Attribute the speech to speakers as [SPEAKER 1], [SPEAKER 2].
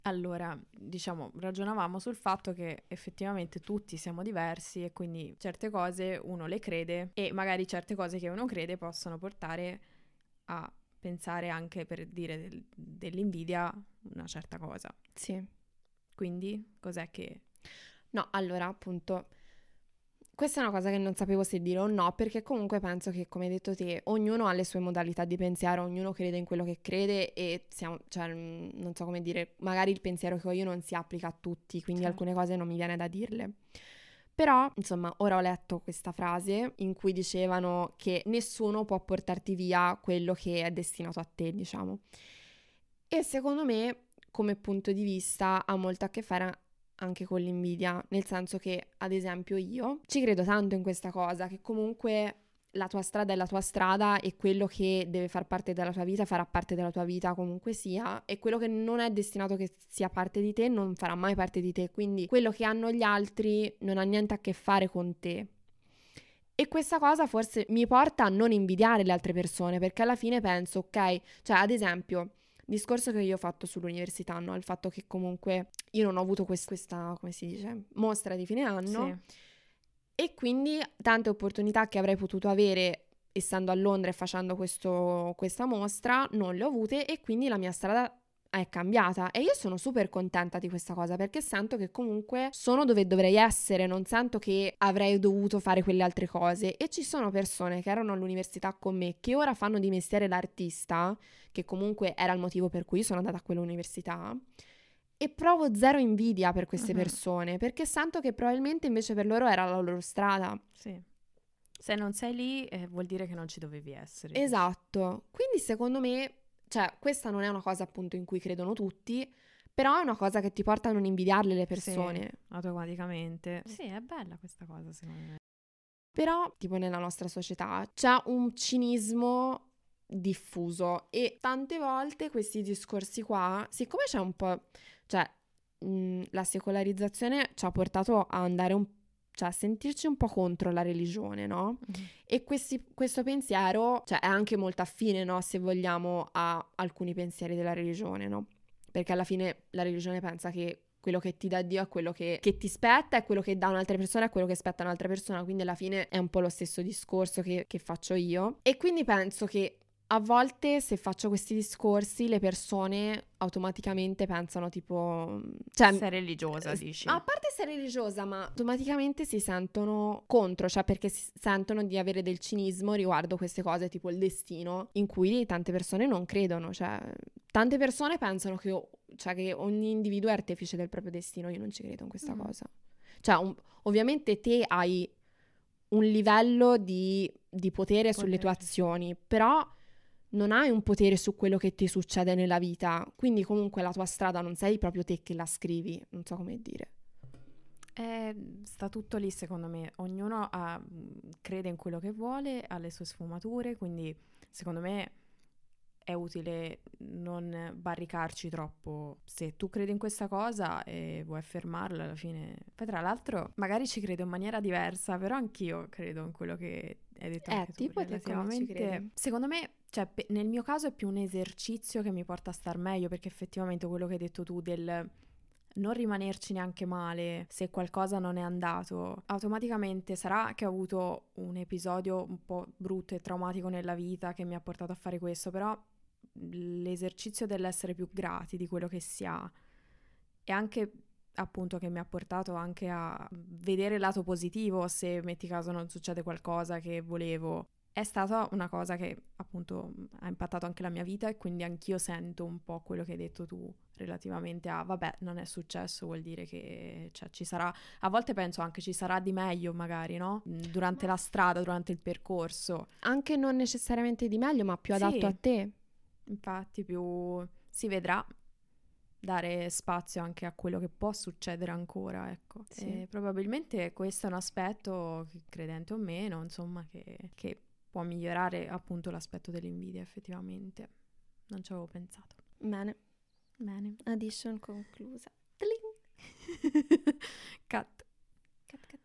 [SPEAKER 1] Allora, diciamo, ragionavamo sul fatto che effettivamente tutti siamo diversi e quindi certe cose uno le crede e magari certe cose che uno crede possono portare a pensare anche, per dire dell'invidia, una certa cosa.
[SPEAKER 2] Sì.
[SPEAKER 1] Quindi cos'è che...
[SPEAKER 2] No, allora, appunto, questa è una cosa che non sapevo se dire o no, perché comunque penso che, come hai detto te, ognuno ha le sue modalità di pensiero, ognuno crede in quello che crede e cioè, non so come dire, magari il pensiero che ho io non si applica a tutti, quindi alcune
[SPEAKER 1] Certo.
[SPEAKER 2] cose non mi viene da dirle. Però, insomma, ora ho letto questa frase in cui dicevano che nessuno può portarti via quello che è destinato a te, diciamo. E secondo me, come punto di vista, ha molto a che fare anche con l'invidia, nel senso che, ad esempio, io ci credo tanto in questa cosa, che comunque la tua strada è la tua strada e quello che deve far parte della tua vita farà parte della tua vita comunque sia, e quello che non è destinato che sia parte di te non farà mai parte di te, quindi quello che hanno gli altri non ha niente a che fare con te. E questa cosa forse mi porta a non invidiare le altre persone, perché alla fine penso, ok, cioè ad esempio, discorso che io ho fatto sull'università, no? Il fatto che comunque io non ho avuto questa, come si dice, mostra di fine
[SPEAKER 1] Sì.
[SPEAKER 2] anno e quindi tante opportunità che avrei potuto avere essendo a Londra e facendo questa mostra non le ho avute e quindi la mia strada è cambiata e io sono super contenta di questa cosa perché sento che comunque sono dove dovrei essere, non sento che avrei dovuto fare quelle altre cose e ci sono persone che erano all'università con me che ora fanno di mestiere l'artista, che comunque era il motivo per cui sono andata a quell'università e provo zero invidia per queste
[SPEAKER 1] Mhm.
[SPEAKER 2] persone perché sento che probabilmente invece per loro era la loro strada.
[SPEAKER 1] Sì. Se non sei lì, vuol dire che non ci dovevi essere, dici.
[SPEAKER 2] Esatto, quindi secondo me, cioè questa non è una cosa appunto in cui credono tutti, però è una cosa che ti porta a non invidiarle le
[SPEAKER 1] Sì,
[SPEAKER 2] persone.
[SPEAKER 1] automaticamente. Sì, è bella questa cosa, secondo me.
[SPEAKER 2] Però, tipo nella nostra società, c'è un cinismo diffuso e tante volte questi discorsi qua, siccome c'è un po', cioè la secolarizzazione ci ha portato a andare cioè a sentirci un po' contro la religione, no?
[SPEAKER 1] Mhm.
[SPEAKER 2] E questo pensiero, cioè, è anche molto affine, no? Se vogliamo, a alcuni pensieri della religione, no? Perché alla fine la religione pensa che quello che ti dà Dio è quello che ti spetta, è quello che dà un'altra persona, è quello che spetta un'altra persona, quindi alla fine è un po' lo stesso discorso che faccio io. E quindi penso che a volte se faccio questi discorsi le persone automaticamente pensano tipo, cioè,
[SPEAKER 1] Sei religiosa, dici.
[SPEAKER 2] a parte essere religiosa, ma automaticamente si sentono contro, cioè perché si sentono di avere del cinismo riguardo queste cose, tipo il destino, in cui tante persone non credono, cioè tante persone pensano cioè, che ogni individuo è artefice del proprio destino, io non ci credo in questa
[SPEAKER 1] Mm.
[SPEAKER 2] cosa. Cioè, ovviamente te hai un livello di potere sulle tue
[SPEAKER 1] Potere, sì.
[SPEAKER 2] azioni, però non hai un potere su quello che ti succede nella vita, quindi comunque la tua strada non sei proprio te che la scrivi, non so come dire.
[SPEAKER 1] Sta tutto lì, secondo me. Ognuno crede in quello che vuole, ha le sue sfumature, quindi secondo me è utile non barricarci troppo. Se tu credi in questa cosa e vuoi affermarla alla fine. Poi tra l'altro magari ci credo in maniera diversa, però anch'io credo in quello che hai detto anche tu.
[SPEAKER 2] Tipo te come ci
[SPEAKER 1] Relativamente,
[SPEAKER 2] credi?
[SPEAKER 1] secondo me, cioè, nel mio caso è più un esercizio che mi porta a star meglio, perché effettivamente quello che hai detto tu del non rimanerci neanche male se qualcosa non è andato, automaticamente sarà che ho avuto un episodio un po' brutto e traumatico nella vita che mi ha portato a fare questo, però l'esercizio dell'essere più grati di quello che si ha e anche appunto che mi ha portato anche a vedere il lato positivo se metti caso non succede qualcosa che volevo. È stata una cosa che appunto ha impattato anche la mia vita e quindi anch'io sento un po' quello che hai detto tu relativamente a vabbè non è successo vuol dire che cioè, ci sarà a volte penso anche ci sarà di meglio magari no durante
[SPEAKER 2] Ma
[SPEAKER 1] la strada durante il percorso
[SPEAKER 2] anche non necessariamente di meglio, ma più adatto a
[SPEAKER 1] sì
[SPEAKER 2] te.
[SPEAKER 1] infatti più si vedrà dare spazio anche a quello che può succedere ancora, ecco.
[SPEAKER 2] Sì.
[SPEAKER 1] E probabilmente questo è un aspetto, credente o meno, insomma, che può migliorare appunto l'aspetto dell'invidia, effettivamente. Non ci avevo pensato.
[SPEAKER 2] Bene,
[SPEAKER 1] Bene.
[SPEAKER 2] addition conclusa. Tling.
[SPEAKER 1] Cut.
[SPEAKER 2] Cat, cat.